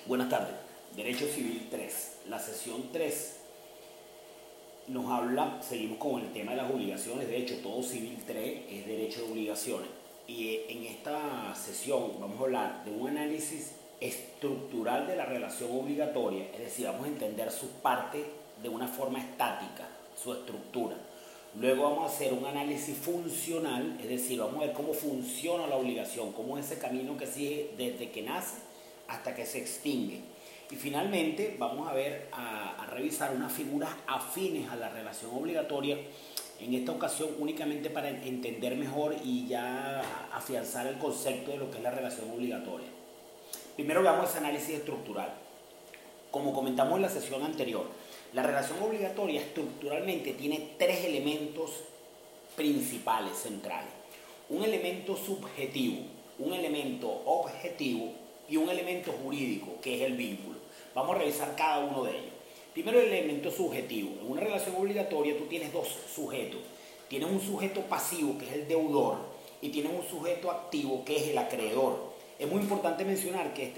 Buenas tardes. Derecho Civil 3. La sesión 3 nos habla, seguimos con el tema de las obligaciones. De hecho, todo Civil 3 es derecho de obligaciones. Y en esta sesión vamos a hablar de un análisis estructural de la relación obligatoria. Es decir, vamos a entender sus partes de una forma estática, su estructura. Luego vamos a hacer un análisis funcional, es decir, vamos a ver cómo funciona la obligación, cómo es ese camino que sigue desde que nace hasta que se extingue. Y finalmente vamos a ver, a revisar unas figuras afines a la relación obligatoria, en esta ocasión únicamente para entender mejor y ya afianzar el concepto de lo que es la relación obligatoria. Primero veamos ese análisis estructural. Como comentamos en la sesión anterior, la relación obligatoria estructuralmente tiene tres elementos principales, centrales. Un elemento subjetivo, un elemento objetivo y un elemento jurídico, que es el vínculo. Vamos a revisar cada uno de ellos. Primero, el elemento subjetivo. En una relación obligatoria tú tienes dos sujetos. Tienes un sujeto pasivo, que es el deudor, y tienes un sujeto activo, que es el acreedor. Es muy importante mencionar que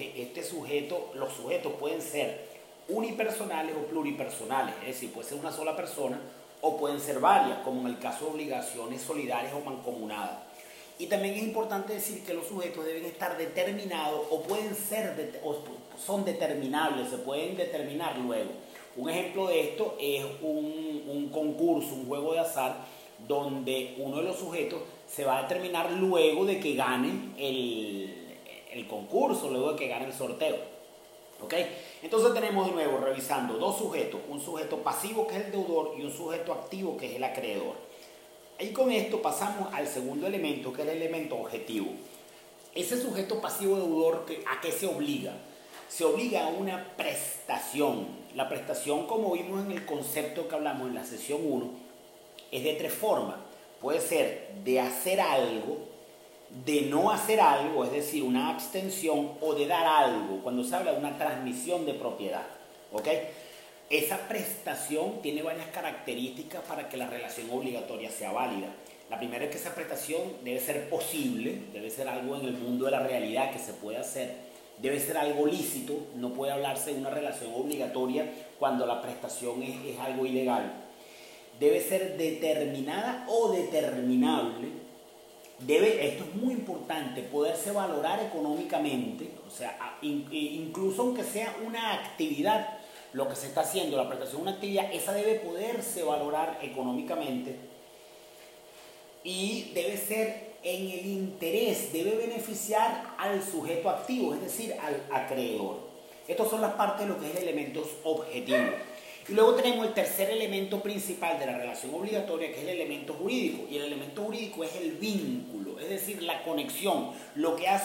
los sujetos pueden ser unipersonales o pluripersonales, es decir, puede ser una sola persona o pueden ser varias, como en el caso de obligaciones solidarias o mancomunadas. Y también es importante decir que los sujetos deben estar determinados o pueden ser o son determinables, se pueden determinar luego. Un ejemplo de esto es un concurso, un juego de azar, donde uno de los sujetos se va a determinar luego de que gane el concurso, luego de que gane el sorteo. ¿Ok? Entonces tenemos de nuevo, revisando, dos sujetos, un sujeto pasivo que es el deudor y un sujeto activo que es el acreedor. Y con esto pasamos al segundo elemento, que es el elemento objetivo. Ese sujeto pasivo deudor, ¿a qué se obliga? Se obliga a una prestación. La prestación, como vimos en el concepto que hablamos en la sesión 1, es de tres formas. Puede ser de hacer algo, de no hacer algo, es decir, una abstención, o de dar algo, cuando se habla de una transmisión de propiedad. ¿Ok? Esa prestación tiene varias características para que la relación obligatoria sea válida. La primera es que esa prestación debe ser posible, debe ser algo en el mundo de la realidad que se puede hacer, debe ser algo lícito, no puede hablarse de una relación obligatoria cuando la prestación es algo ilegal. Debe ser determinada o determinable. Esto es muy importante, poderse valorar económicamente, o sea, incluso aunque sea una actividad, lo que se está haciendo, la prestación de una actividad, esa debe poderse valorar económicamente y debe ser en el interés, debe beneficiar al sujeto activo, es decir, al acreedor. Estas son las partes de lo que es el elemento objetivo. Y luego tenemos el tercer elemento principal de la relación obligatoria, que es el elemento jurídico. Y el elemento jurídico es el vínculo, es decir, la conexión, lo que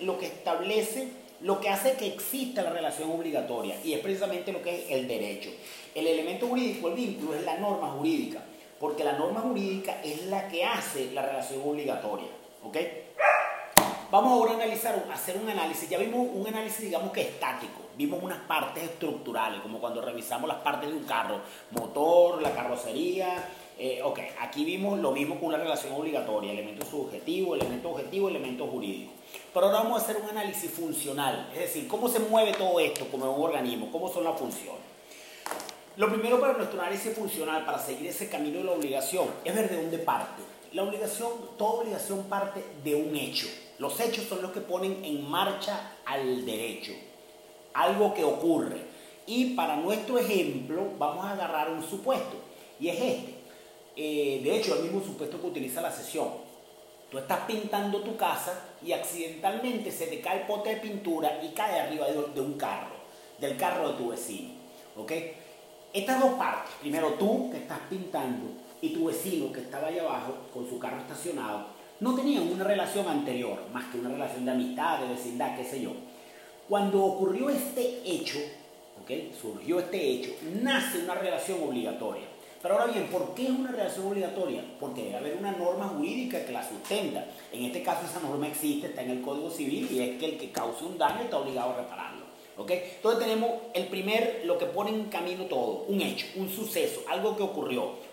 hace que exista la relación obligatoria, y es precisamente lo que es el derecho. El elemento jurídico, el vínculo, es la norma jurídica, porque la norma jurídica es la que hace la relación obligatoria. ¿Ok? Vamos ahora a hacer un análisis. Ya vimos un análisis, digamos que estático. Vimos unas partes estructurales, como cuando revisamos las partes de un carro, motor, la carrocería. Ok, aquí vimos lo mismo con una relación obligatoria, elemento subjetivo, elemento objetivo, elemento jurídico. Pero ahora vamos a hacer un análisis funcional, es decir, cómo se mueve todo esto como un organismo, cómo son las funciones. Lo primero para nuestro análisis funcional, para seguir ese camino de la obligación, es ver de dónde parte. Toda obligación parte de un hecho. Los hechos son los que ponen en marcha al derecho, algo que ocurre. Y para nuestro ejemplo vamos a agarrar un supuesto, y es este. De hecho, el mismo supuesto que utiliza la sesión. Tú estás pintando tu casa y accidentalmente se te cae el pote de pintura y cae arriba de un carro, del carro de tu vecino. ¿Ok? Estas dos partes, primero tú que estás pintando y tu vecino que estaba allá abajo con su carro estacionado, no tenían una relación anterior, más que una relación de amistad, de vecindad, qué sé yo. Cuando ocurrió este hecho, ¿okay? Surgió este hecho, nace una relación obligatoria. Pero ahora bien, ¿por qué es una relación obligatoria? Porque debe haber una norma jurídica que la sustenta. En este caso esa norma existe, está en el Código Civil, y es que el que cause un daño está obligado a repararlo. ¿Okay? Entonces tenemos lo que pone en camino todo, un hecho, un suceso, algo que ocurrió.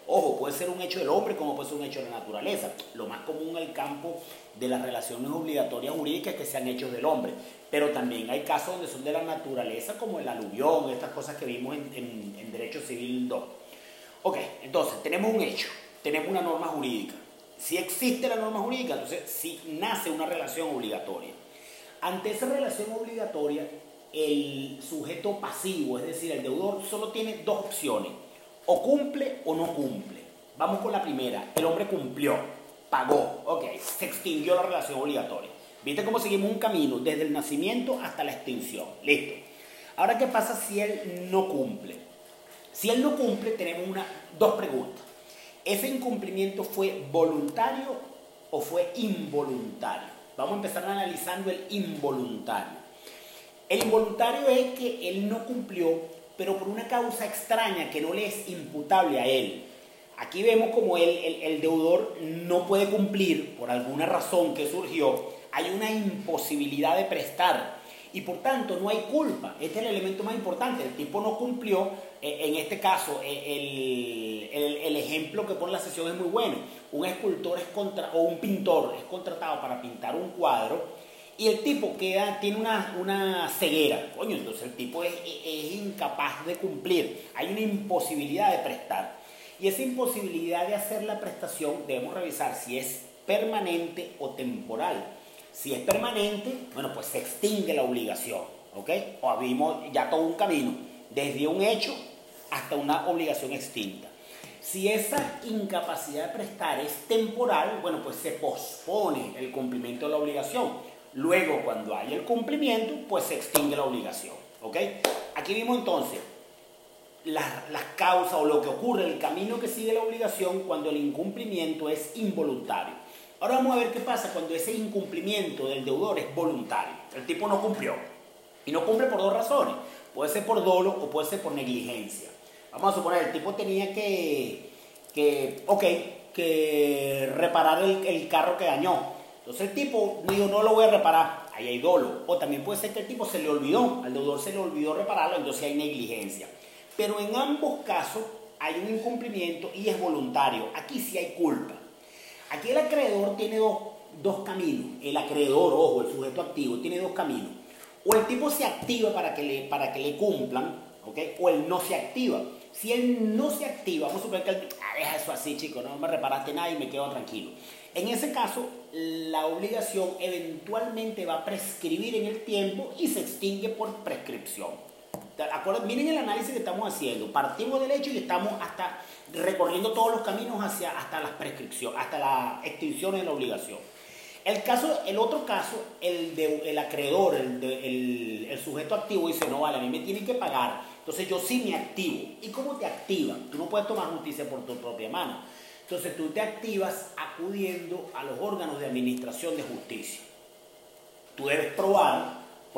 Ojo, puede ser un hecho del hombre como puede ser un hecho de la naturaleza. Lo más común en el campo de las relaciones obligatorias jurídicas es que sean hechos del hombre, pero también hay casos donde son de la naturaleza, como el aluvión, estas cosas que vimos en Derecho Civil 2. Ok, entonces tenemos un hecho, tenemos una norma jurídica. Si existe la norma jurídica, entonces sí nace una relación obligatoria. Ante esa relación obligatoria, el sujeto pasivo, es decir, el deudor, solo tiene dos opciones: o cumple o no cumple. Vamos con la primera. El hombre cumplió, pagó, ok, se extinguió la relación obligatoria. ¿Viste cómo seguimos un camino desde el nacimiento hasta la extinción? Listo. Ahora, ¿qué pasa si él no cumple? Si él no cumple, tenemos dos preguntas. ¿Ese incumplimiento fue voluntario o fue involuntario? Vamos a empezar analizando el involuntario. El involuntario es que él no cumplió, pero por una causa extraña que no le es imputable a él. Aquí vemos como el deudor no puede cumplir por alguna razón que surgió. Hay una imposibilidad de prestar y por tanto no hay culpa. Este es el elemento más importante. El tipo no cumplió. En este caso, el ejemplo que pone la sesión es muy bueno. Un escultor o un pintor es contratado para pintar un cuadro y el tipo tiene una ceguera. Coño, entonces el tipo es incapaz de cumplir. Hay una imposibilidad de prestar. Y esa imposibilidad de hacer la prestación debemos revisar si es permanente o temporal. Si es permanente, bueno, pues se extingue la obligación, ¿ok? O abrimos ya todo un camino, desde un hecho hasta una obligación extinta. Si esa incapacidad de prestar es temporal, bueno, pues se pospone el cumplimiento de la obligación. Luego, cuando hay el cumplimiento, pues se extingue la obligación, ¿ok? Aquí vimos entonces las causas o lo que ocurre, el camino que sigue la obligación cuando el incumplimiento es involuntario. Ahora vamos a ver qué pasa cuando ese incumplimiento del deudor es voluntario. El tipo no cumplió. Y no cumple por dos razones. Puede ser por dolo o puede ser por negligencia. Vamos a suponer, el tipo tenía que reparar el carro que dañó. Entonces el tipo dijo, no lo voy a reparar. Ahí hay dolo. O también puede ser que el tipo se le olvidó. Al deudor se le olvidó repararlo, entonces hay negligencia. Pero en ambos casos hay un incumplimiento y es voluntario. Aquí sí hay culpa. Aquí el acreedor tiene dos caminos. El acreedor, ojo, el sujeto activo, tiene dos caminos. O el tipo se activa para que le cumplan, ¿ok? O él no se activa. Si él no se activa, vamos a suponer que él, deja eso así, chico, no me reparaste nada y me quedo tranquilo. En ese caso, la obligación eventualmente va a prescribir en el tiempo y se extingue por prescripción. Miren el análisis que estamos haciendo. Partimos del hecho y estamos hasta recorriendo todos los caminos hasta las prescripciones, hasta la extinción de la obligación. El otro caso, el acreedor, el sujeto activo dice, no vale, a mí me tienen que pagar, entonces yo sí me activo. ¿Y cómo te activan? Tú no puedes tomar justicia por tu propia mano. Entonces tú te activas acudiendo a los órganos de administración de justicia. Tú debes probar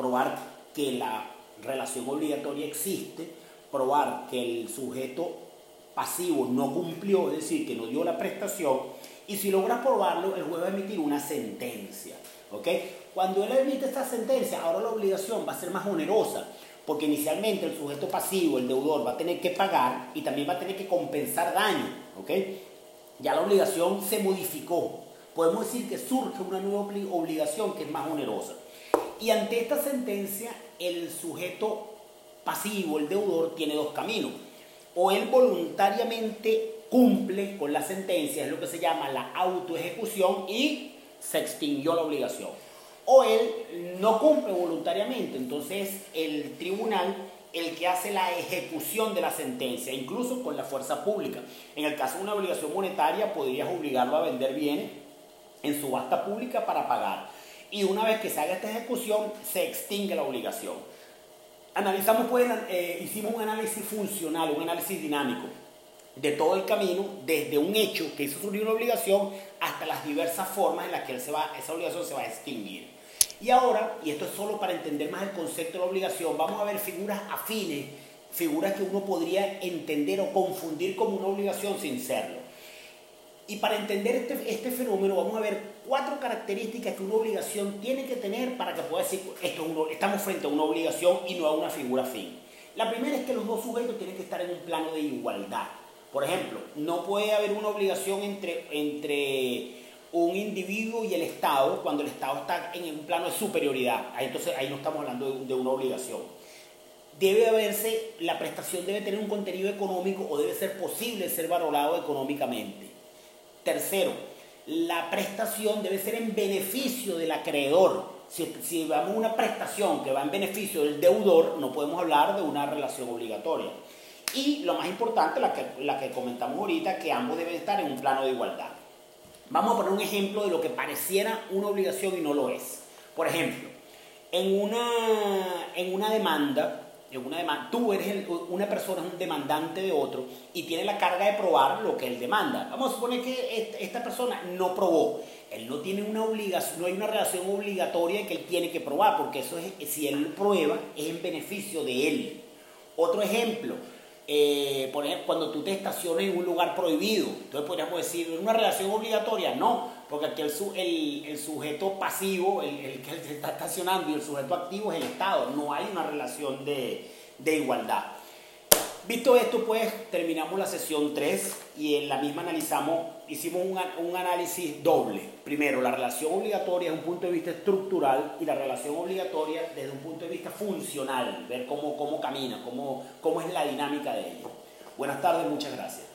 que la relación obligatoria existe, probar que el sujeto pasivo no cumplió, es decir, que no dio la prestación, y si logras probarlo, el juez va a emitir una sentencia, ¿ok? Cuando él emite esta sentencia, ahora la obligación va a ser más onerosa, porque inicialmente el sujeto pasivo, el deudor, va a tener que pagar y también va a tener que compensar daño, ¿ok? Ya la obligación se modificó. Podemos decir que surge una nueva obligación que es más onerosa. Y ante esta sentencia, el sujeto pasivo, el deudor, tiene dos caminos. O él voluntariamente cumple con la sentencia, es lo que se llama la autoejecución y se extinguió la obligación. O él no cumple voluntariamente, entonces el tribunal el que hace la ejecución de la sentencia, incluso con la fuerza pública. En el caso de una obligación monetaria, podrías obligarlo a vender bienes en subasta pública para pagar. Y una vez que se haga esta ejecución, se extingue la obligación. Analizamos, pues, hicimos un análisis funcional, un análisis dinámico de todo el camino, desde un hecho que hizo surgir una obligación hasta las diversas formas en las que esa obligación se va a extinguir. Y ahora, y esto es solo para entender más el concepto de la obligación, vamos a ver figuras afines, figuras que uno podría entender o confundir como una obligación sin serlo. Y para entender este fenómeno vamos a ver 4 características que una obligación tiene que tener para que pueda decir estamos frente a una obligación y no a una figura afín. La primera es que los dos sujetos tienen que estar en un plano de igualdad. Por ejemplo, no puede haber una obligación entre un individuo y el Estado cuando el Estado está en un plano de superioridad. Entonces ahí no estamos hablando de una obligación. La prestación debe tener un contenido económico o debe ser posible ser valorado económicamente. Tercero, la prestación debe ser en beneficio del acreedor. Si vamos a una prestación que va en beneficio del deudor, no podemos hablar de una relación obligatoria. Y lo más importante, la que comentamos ahorita, que ambos deben estar en un plano de igualdad. Vamos a poner un ejemplo de lo que pareciera una obligación y no lo es. Por ejemplo, en una demanda, tú eres una persona, es un demandante de otro y tiene la carga de probar lo que él demanda. Vamos a suponer que esta persona no probó. Él no tiene una obligación, no hay una relación obligatoria que él tiene que probar, porque eso es, si él prueba, es en beneficio de él. Otro ejemplo, por ejemplo, cuando tú te estacionas en un lugar prohibido, entonces podríamos decir, ¿una relación obligatoria? No, porque aquí el sujeto pasivo, el que se está estacionando, y el sujeto activo es el Estado. No hay una relación de igualdad. Visto esto, pues terminamos la sesión 3 y en la misma hicimos un análisis doble. Primero, la relación obligatoria desde un punto de vista estructural y la relación obligatoria desde un punto de vista funcional, ver cómo camina, cómo es la dinámica de ella. Buenas tardes, muchas gracias.